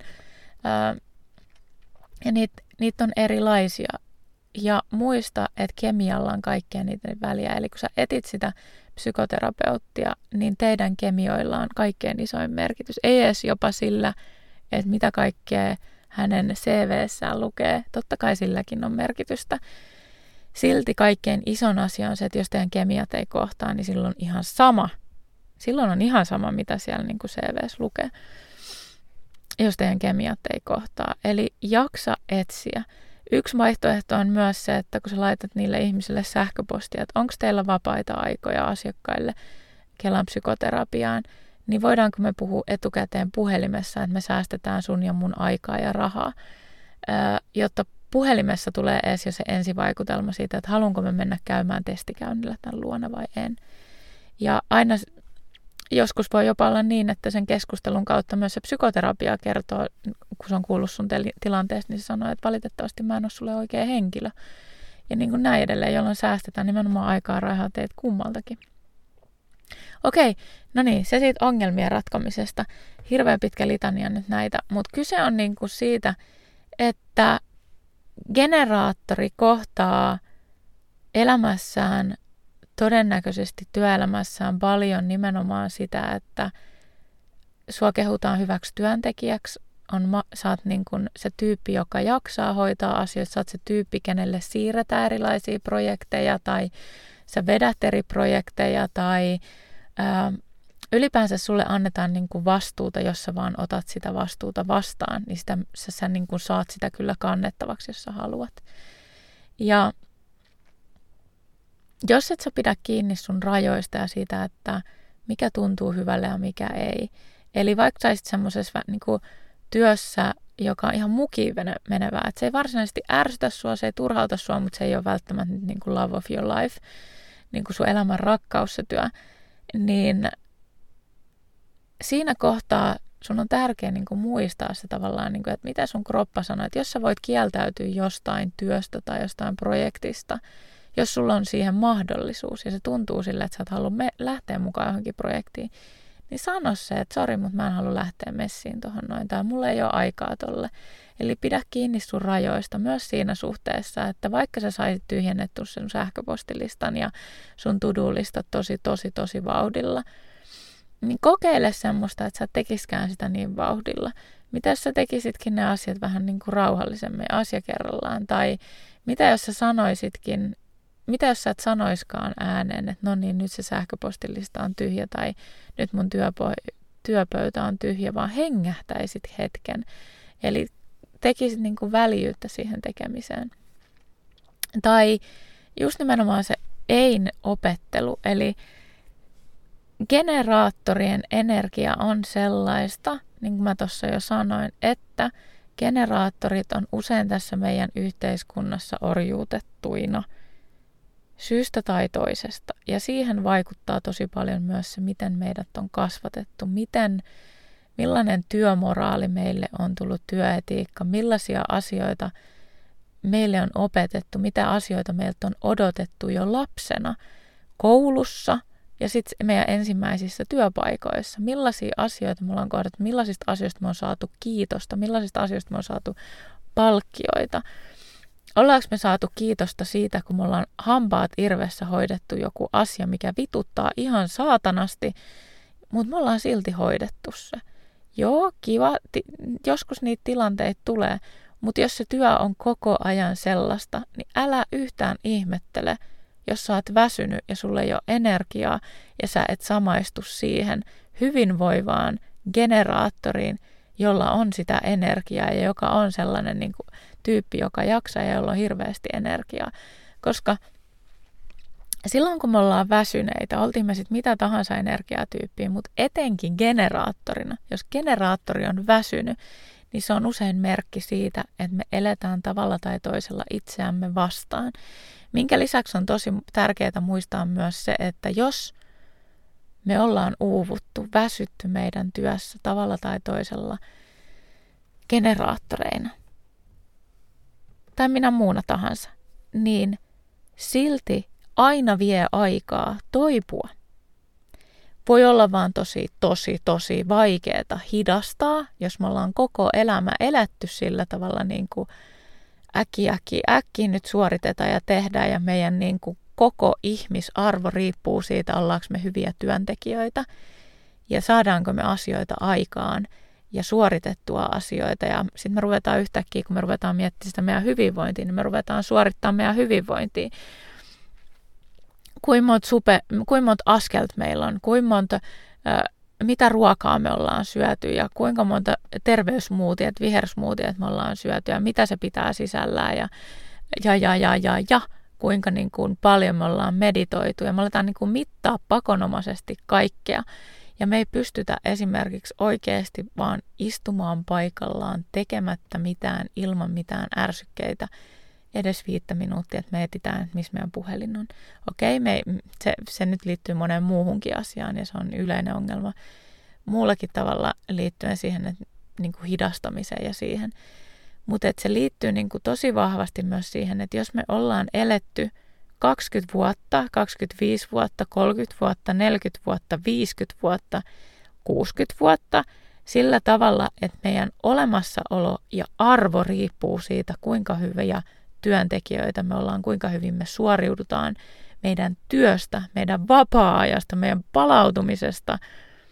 Ja niitä on erilaisia. Ja muista, että kemialla on kaikkea niiden väliä. Eli kun sä etit sitä psykoterapeuttia, niin teidän kemioilla on kaikkein isoin merkitys. Ei edes jopa sillä, että mitä kaikkea hänen CV:ssään lukee. Totta kai silläkin on merkitystä. Silti kaikkein ison asia on se, että jos teidän kemiat ei kohtaa, niin silloin on ihan sama, mitä siellä niin kuin CV:ssä lukee, jos teidän kemiat ei kohtaa. Eli jaksa etsiä. Yksi vaihtoehto on myös se, että kun sä laitat niille ihmisille sähköpostia, että onko teillä vapaita aikoja asiakkaille Kelan psykoterapiaan, niin voidaanko me puhua etukäteen puhelimessa, että me säästetään sun ja mun aikaa ja rahaa, jotta puhelimessa tulee edes jo se ensivaikutelma siitä, että haluanko me mennä käymään testikäynnillä tämän luona vai en. Ja aina joskus voi jopa olla niin, että sen keskustelun kautta myös se psykoterapia kertoo, kun se on kuullut sun tilanteesta, niin se sanoo, että valitettavasti mä en ole sulle oikea henkilö. Ja niin kuin näin edelleen, jolloin säästetään nimenomaan aikaa rahaa teet kummaltakin. Okei, no niin, se siitä ongelmien ratkomisesta. Hirveän pitkä litania nyt näitä, mutta kyse on niin kuin siitä, että generaattori kohtaa elämässään, todennäköisesti työelämässään paljon nimenomaan sitä, että sua kehutaan hyväksi työntekijäksi, sä oot niin kuin se tyyppi, joka jaksaa hoitaa asioita, sä oot se tyyppi, kenelle siirretään erilaisia projekteja tai sä vedät eri projekteja tai ylipäänsä sulle annetaan niin kuin vastuuta, jos sä vaan otat sitä vastuuta vastaan, niin sä niin kuin saat sitä kyllä kannettavaksi, jos sä haluat. Ja jos et sä pidä kiinni sun rajoista ja siitä, että mikä tuntuu hyvälle ja mikä ei. Eli vaikka saisit semmoisessa niin kuin työssä, joka on ihan mukiin menevää, että se ei varsinaisesti ärsytä sua, se ei turhauta sua, mutta se ei ole välttämättä niin kuin love of your life, niin kuin sun elämän rakkaus se työ, niin siinä kohtaa sun on tärkeää niin kuin muistaa se tavallaan, niin kuin, että mitä sun kroppa sanoo, että jos sä voit kieltäytyä jostain työstä tai jostain projektista, jos sulla on siihen mahdollisuus ja se tuntuu sille, että sä et halua lähteä mukaan johonkin projektiin, niin sano se, että sori, mutta mä en halua lähteä messiin tuohon noin, tai mulla ei ole aikaa tolle. Eli pidä kiinni sun rajoista myös siinä suhteessa, että vaikka sä saisit tyhjennettyä sen sähköpostilistan ja sun to-do-listat tosi vauhdilla, niin kokeile semmoista, että sä et tekiskään sitä niin vauhdilla. Mitä jos sä tekisitkin ne asiat vähän niin kuin rauhallisemmin asia kerrallaan, tai mitä jos sä sanoisitkin, mitä jos sä et sanoiskaan ääneen, että no niin, nyt se sähköpostilista on tyhjä tai nyt mun työpöytä on tyhjä, vaan hengähtäisit hetken. Eli tekisit niin kuin väljyyttä siihen tekemiseen. Tai just nimenomaan se ein-opettelu, eli generaattorien energia on sellaista, niin kuin mä tuossa jo sanoin, että generaattorit on usein tässä meidän yhteiskunnassa orjuutettuina syystä tai toisesta. Ja siihen vaikuttaa tosi paljon myös se, miten meidät on kasvatettu, millainen työmoraali meille on tullut, työetiikka, millaisia asioita meille on opetettu, mitä asioita meiltä on odotettu jo lapsena koulussa ja sitten meidän ensimmäisissä työpaikoissa. Millaisia asioita me ollaan kohdattu, millaisista asioista me on saatu kiitosta, millaisista asioista me on saatu palkkioita. Ollaanko me saatu kiitosta siitä, kun me ollaan hampaat irvessä hoidettu joku asia, mikä vituttaa ihan saatanasti, mutta me ollaan silti hoidettu se. Joo, kiva, joskus niitä tilanteita tulee, mutta jos se työ on koko ajan sellaista, niin älä yhtään ihmettele, jos sä oot väsynyt ja sulle ei ole energiaa ja sä et samaistu siihen hyvinvoivaan generaattoriin, jolla on sitä energiaa ja joka on sellainen niin kuin tyyppi, joka jaksaa ja jolla on hirveästi energiaa. Koska silloin kun me ollaan väsyneitä, oltiin me sitten mitä tahansa energiatyyppiä, mutta etenkin generaattorina, jos generaattori on väsynyt, niin se on usein merkki siitä, että me eletään tavalla tai toisella itseämme vastaan. Minkä lisäksi on tosi tärkeää muistaa myös se, että jos me ollaan uuvuttu, väsytty meidän työssä tavalla tai toisella generaattoreina, tai minä muuna tahansa, niin silti aina vie aikaa toipua. Voi olla vaan tosi vaikeaa hidastaa, jos me ollaan koko elämä eletty sillä tavalla niin kuin äkkiä nyt suoritetaan ja tehdään ja meidän niin kuin koko ihmisarvo riippuu siitä, ollaanko me hyviä työntekijöitä ja saadaanko me asioita aikaan ja suoritettua asioita. Ja sitten me ruvetaan yhtäkkiä, kun me ruvetaan miettimään sitä meidän hyvinvointia, niin me ruvetaan suorittamaan meidän hyvinvointia. Kuinka monta askelta meillä on, mitä ruokaa me ollaan syöty ja kuinka monta terveysmuutiet, vihersmuutiet me ollaan syöty ja mitä se pitää sisällään ja kuinka niin kuin paljon me ollaan meditoitu ja me aletaan niin kuin mittaa pakonomaisesti kaikkea. Ja me ei pystytä esimerkiksi oikeasti vaan istumaan paikallaan tekemättä mitään ilman mitään ärsykkeitä edes 5 minuuttia, että me etsitään, että missä meidän puhelin on. Okei, se nyt liittyy moneen muuhunkin asiaan ja se on yleinen ongelma muullakin tavalla liittyen siihen, että niin kuin hidastamiseen ja siihen. Mutta se liittyy niin kuin tosi vahvasti myös siihen, että jos me ollaan eletty 20 vuotta, 25 vuotta, 30 vuotta, 40 vuotta, 50 vuotta, 60 vuotta sillä tavalla, että meidän olemassaolo ja arvo riippuu siitä, kuinka hyviä työntekijöitä me ollaan, kuinka hyvin me suoriudutaan meidän työstä, meidän vapaa-ajasta, meidän palautumisesta,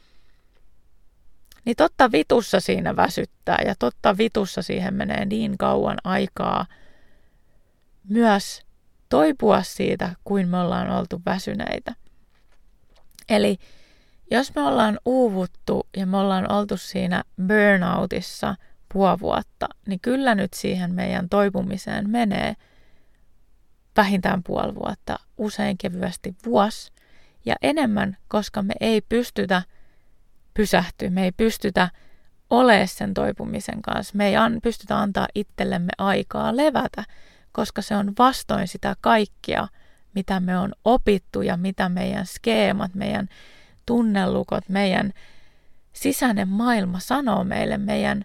niin totta vitussa siinä väsyttää ja totta vitussa siihen menee niin kauan aikaa myös toipua siitä, kuin me ollaan oltu väsyneitä. Eli jos me ollaan uuvuttu ja me ollaan oltu siinä burnoutissa puoli vuotta, niin kyllä nyt siihen meidän toipumiseen menee vähintään puoli vuotta, usein kevyesti vuosi ja enemmän, koska me ei pystytä pysähtyä, me ei pystytä olemaan sen toipumisen kanssa, me ei pystytä antaa itsellemme aikaa levätä, koska se on vastoin sitä kaikkea, mitä me on opittu ja mitä meidän skeemat, meidän tunnelukot, meidän sisäinen maailma sanoo meille, meidän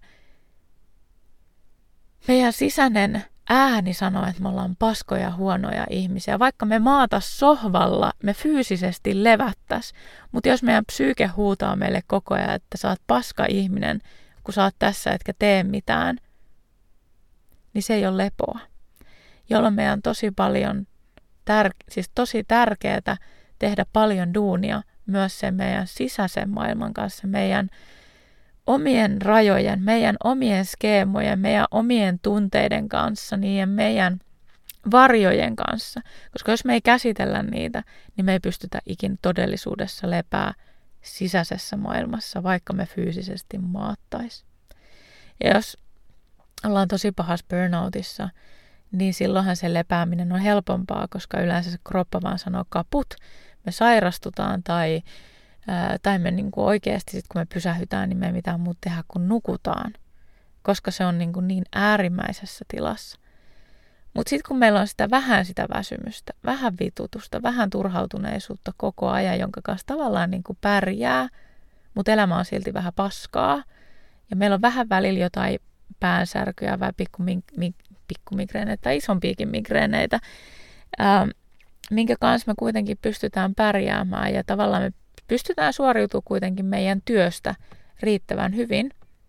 sisäinen ääni sanoo, että me ollaan paskoja, huonoja ihmisiä. Vaikka me maatas sohvalla, me fyysisesti levättäis, mutta jos meidän psyyke huutaa meille koko ajan, että sä oot paska ihminen, kun sä oot tässä etkä tee mitään, niin se ei ole lepoa. Jolloin meidän on tosi paljon, tosi tärkeää tehdä paljon duunia myös sen meidän sisäisen maailman kanssa, meidän omien rajojen, meidän omien skeemojen, meidän omien tunteiden kanssa, niiden meidän varjojen kanssa. Koska jos me ei käsitellä niitä, niin me ei pystytä ikin todellisuudessa lepää sisäisessä maailmassa, vaikka me fyysisesti maattais. Ja jos ollaan tosi pahassa burnoutissa, niin silloinhan se lepääminen on helpompaa, koska yleensä se kroppa vaan sanoo kaput, me sairastutaan tai me niinku oikeasti, sit kun me pysähytään, niin me ei mitään muuta tehdä kuin nukutaan, koska se on niin äärimmäisessä tilassa. Mutta sitten kun meillä on sitä väsymystä, vähän vitutusta, vähän turhautuneisuutta koko ajan, jonka kanssa tavallaan niinku pärjää, mutta elämä on silti vähän paskaa, ja meillä on vähän välillä jotain päänsärkyjä, vai pikkumigreeneitä tai isompiakin migreeneitä, minkä kanssa me kuitenkin pystytään pärjäämään, ja tavallaan me pystytään suoriutumaan kuitenkin meidän työstä riittävän hyvin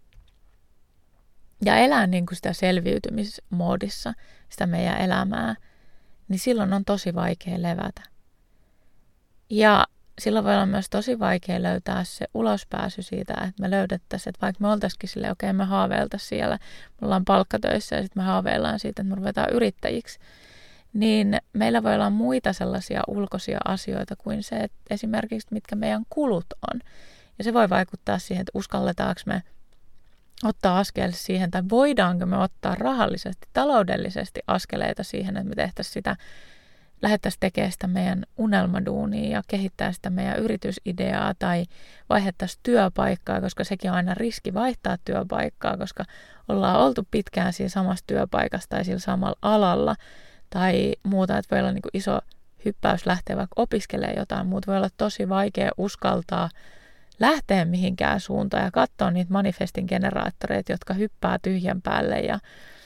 ja elää niin kuin sitä selviytymismoodissa, sitä meidän elämää, niin silloin on tosi vaikea levätä. Ja silloin voi olla myös tosi vaikea löytää se ulospääsy siitä, että me löydettäisiin, että vaikka me oltaisikin silleen, okei, me haaveiltaisiin siellä, me ollaan palkkatöissä ja sitten me haaveillaan siitä, että me ruvetaan yrittäjiksi, niin meillä voi olla muita sellaisia ulkoisia asioita kuin se, että esimerkiksi mitkä meidän kulut on. Ja se voi vaikuttaa siihen, että uskalletaanko me ottaa askel siihen, tai voidaanko me ottaa rahallisesti, taloudellisesti askeleita siihen, että me tehtäisiin sitä, lähdettäisiin tekemään sitä meidän unelmaduunia ja kehittää sitä meidän yritysideaa tai vaihdettaisiin työpaikkaa, koska sekin on aina riski vaihtaa työpaikkaa, koska ollaan oltu pitkään siinä samassa työpaikassa tai sillä samalla alalla, tai muuta, että voi olla niin kuin iso hyppäys lähteä vaikka opiskelemaan jotain, mutta voi olla tosi vaikea uskaltaa lähteä mihinkään suuntaan ja katsoa niitä manifestin generaattoreita, jotka hyppää tyhjän päälle ja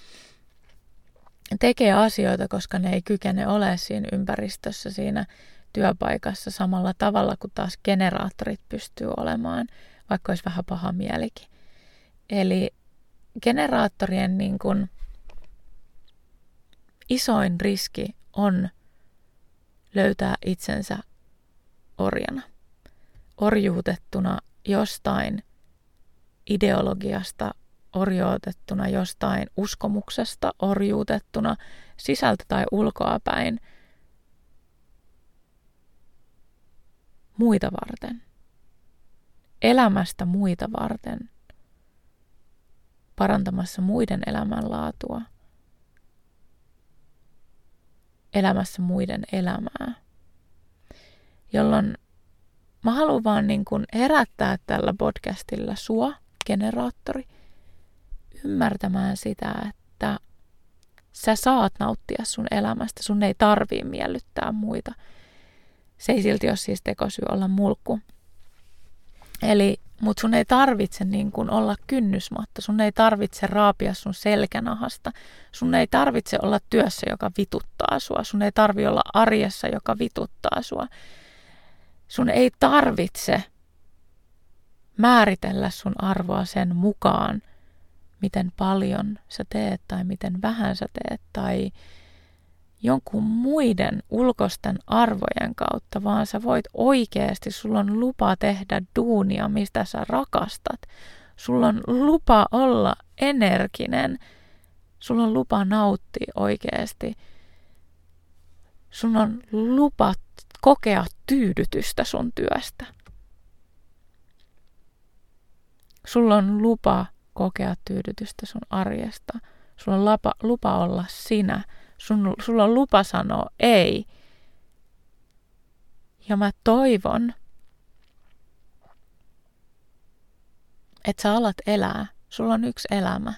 tekee asioita, koska ne ei kykene olemaan siinä ympäristössä, siinä työpaikassa samalla tavalla kuin taas generaattorit pystyy olemaan, vaikka olisi vähän paha mielikin. Eli generaattorien niin kuin isoin riski on löytää itsensä orjana, orjuutettuna jostain ideologiasta, orjuutettuna jostain uskomuksesta, orjuutettuna sisältä tai ulkoapäin muita varten, elämästä muita varten, parantamassa muiden elämänlaatua, elämässä muiden elämää, jolloin mä haluan vaan niin kuin herättää tällä podcastilla sua, generaattori, ymmärtämään sitä, että sä saat nauttia sun elämästä, sun ei tarvii miellyttää muita. Se ei silti ole siis tekosyy olla mulkku. Mutta sun ei tarvitse niin kuin olla kynnysmatta, sun ei tarvitse raapia sun selkänahasta, sun ei tarvitse olla työssä, joka vituttaa sua, sun ei tarvitse olla arjessa, joka vituttaa sua. Sun ei tarvitse määritellä sun arvoa sen mukaan, miten paljon sä teet tai miten vähän sä teet tai jonkun muiden ulkoisten arvojen kautta, vaan sä voit oikeasti, sulla on lupa tehdä duunia, mistä sä rakastat. Sulla on lupa olla energinen. Sulla on lupa nauttia oikeasti. Sun on lupa kokea tyydytystä sun työstä. Sulla on lupa kokea tyydytystä sun arjesta. Sulla on lupa olla sinä Sulla on lupa sanoa ei. Ja mä toivon, että sä alat elää. Sulla on yksi elämä.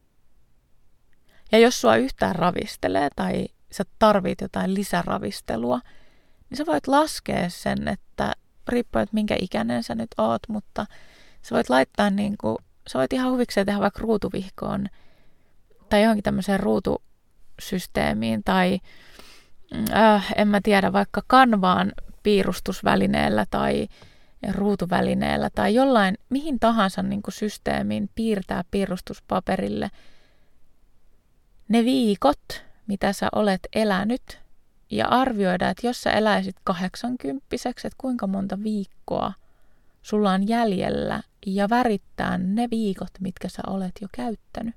Ja jos sua yhtään ravistelee tai sä tarvit jotain lisäravistelua, niin sä voit laskea sen, että riippuen, että minkä ikäinen sä nyt oot, mutta sä voit laittaa sä voit ihan huvikseen tehdä vaikka ruutuvihkoon tai johonkin tämmöiseen ruutusysteemiin tai en mä tiedä, vaikka Canvaan piirustusvälineellä tai ruutuvälineellä tai jollain, mihin tahansa systeemiin piirtää piirustuspaperille ne viikot, mitä sä olet elänyt ja arvioida, että jos sä eläisit 80-vuotiaaksi, että kuinka monta viikkoa sulla on jäljellä ja värittää ne viikot, mitkä sä olet jo käyttänyt.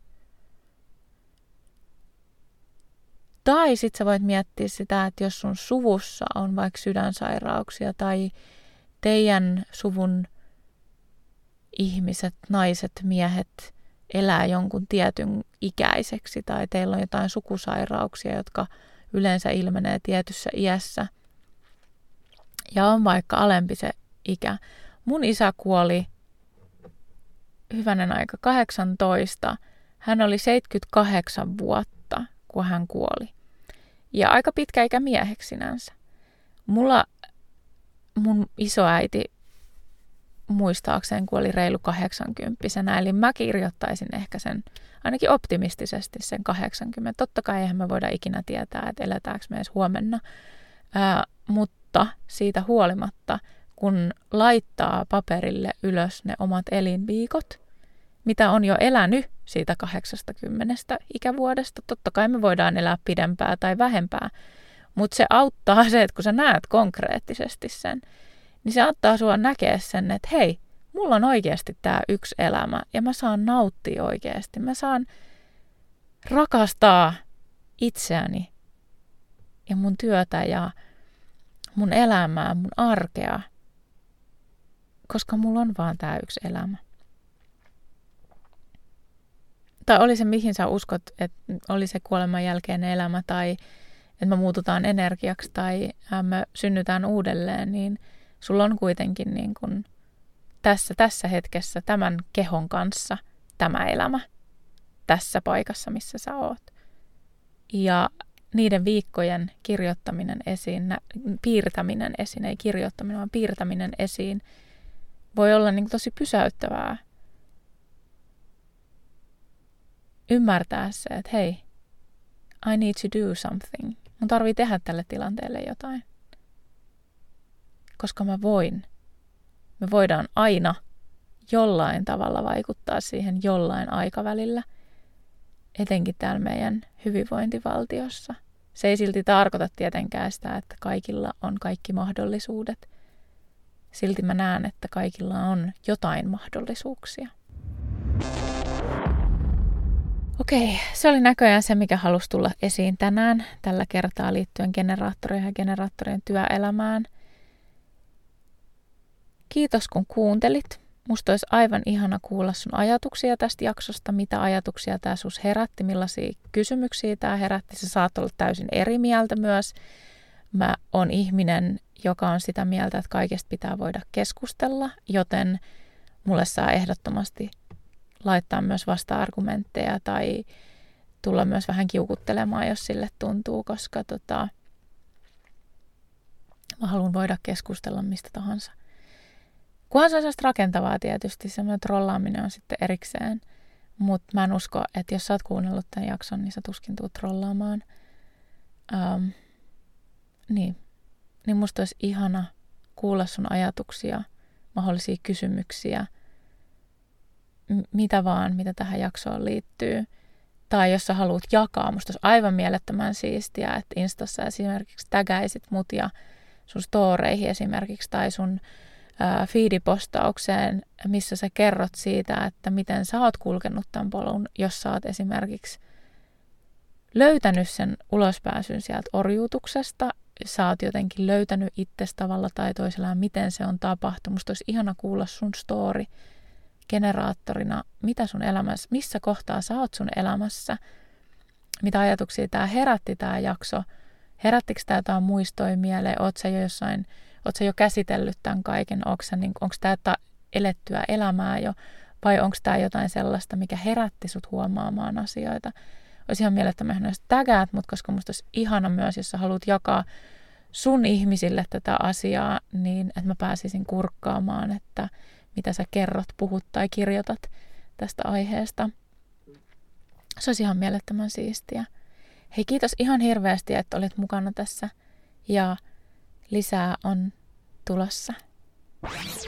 Tai sit sä voit miettiä sitä, että jos sun suvussa on vaikka sydänsairauksia tai teidän suvun ihmiset, naiset, miehet elää jonkun tietyn ikäiseksi tai teillä on jotain sukusairauksia, jotka yleensä ilmenee tietyssä iässä ja on vaikka alempi se ikä. Mun isä kuoli hyvänen aika 18. Hän oli 78 vuotta, kun hän kuoli. Ja aika pitkä ikä mieheksi sinänsä. Mun isoäiti muistaakseen kuoli reilu 80-vuotiaana, eli mä kirjoittaisin ehkä sen, ainakin optimistisesti sen 80. Totta kai eihän me voida ikinä tietää, että eletäänkö me edes huomenna, mutta siitä huolimatta, kun laittaa paperille ylös ne omat elinviikot, mitä on jo elänyt siitä 80 ikävuodesta, totta kai me voidaan elää pidempää tai vähempää, mutta se auttaa se, että kun sä näet konkreettisesti sen, niin se auttaa sua näkeä sen, että hei, mulla on oikeasti tää yksi elämä ja mä saan nauttia oikeasti. Mä saan rakastaa itseäni ja mun työtä ja mun elämää, mun arkea, koska mulla on vaan tää yksi elämä. Tai oli se mihin sä uskot, että oli se kuoleman jälkeinen elämä tai että me muututaan energiaksi tai me synnytään uudelleen, niin sulla on kuitenkin niin kuin tässä hetkessä tämän kehon kanssa tämä elämä tässä paikassa, missä sä oot. Ja niiden viikkojen kirjoittaminen esiin, piirtäminen esiin, ei kirjoittaminen, vaan piirtäminen esiin, voi olla niin kuin tosi pysäyttävää. Ymmärtää se, että hei, I need to do something. Mun tarvii tehdä tälle tilanteelle jotain. Koska mä voin. Me voidaan aina jollain tavalla vaikuttaa siihen jollain aikavälillä. Etenkin täällä meidän hyvinvointivaltiossa. Se ei silti tarkoita tietenkään sitä, että kaikilla on kaikki mahdollisuudet. Silti mä näen, että kaikilla on jotain mahdollisuuksia. Okei, se oli näköjään se, mikä halusi tulla esiin tänään tällä kertaa liittyen generaattoreihin ja generaattorien työelämään. Kiitos kun kuuntelit. Musta olisi aivan ihana kuulla sun ajatuksia tästä jaksosta, mitä ajatuksia tämä sus herätti, millaisia kysymyksiä tämä herätti. Sä saat olla täysin eri mieltä myös. Mä oon ihminen, joka on sitä mieltä, että kaikesta pitää voida keskustella, joten mulle saa ehdottomasti laittaa myös vasta-argumentteja tai tulla myös vähän kiukuttelemaan, jos sille tuntuu, koska mä haluan voida keskustella mistä tahansa. Kunhan se on sellaista rakentavaa tietysti, semmoinen trollaaminen on sitten erikseen, mutta mä en usko, että jos sä oot kuunnellut tämän jakson, niin sä tuskin tuut trollaamaan. Niin musta olisi ihana kuulla sun ajatuksia, mahdollisia kysymyksiä, mitä vaan, mitä tähän jaksoon liittyy. Tai jos sä haluat jakaa, musta olisi aivan mielettömän siistiä, että Instassa esimerkiksi tägäisit mut ja sun storeihin esimerkiksi tai sun feedipostaukseen, missä sä kerrot siitä, että miten sä oot kulkenut tämän polun, jos sä oot esimerkiksi löytänyt sen ulospääsyn sieltä orjuutuksesta, sä oot jotenkin löytänyt itsesi tavalla tai toisella, miten se on tapahtunut. Musta olisi ihana kuulla sun story generaattorina, mitä sun elämässä, missä kohtaa sä oot sun elämässä, mitä ajatuksia tämä herätti tämä jakso. Herättikö tämä jotain muistoja mieleen? Oletko jo käsitellyt tämän kaiken? Onko tämä elettyä elämää jo? Vai onko tämä jotain sellaista, mikä herätti sut huomaamaan asioita? Olisi ihan mielettömän ihana, jos tägäät mut, koska musta olisi ihana myös, jos sä haluat jakaa sun ihmisille tätä asiaa, niin että mä pääsisin kurkkaamaan, että mitä sä kerrot, puhut tai kirjoitat tästä aiheesta. Se olisi ihan mielettömän siistiä. Hei, kiitos ihan hirveästi, että olit mukana tässä ja lisää on tulossa.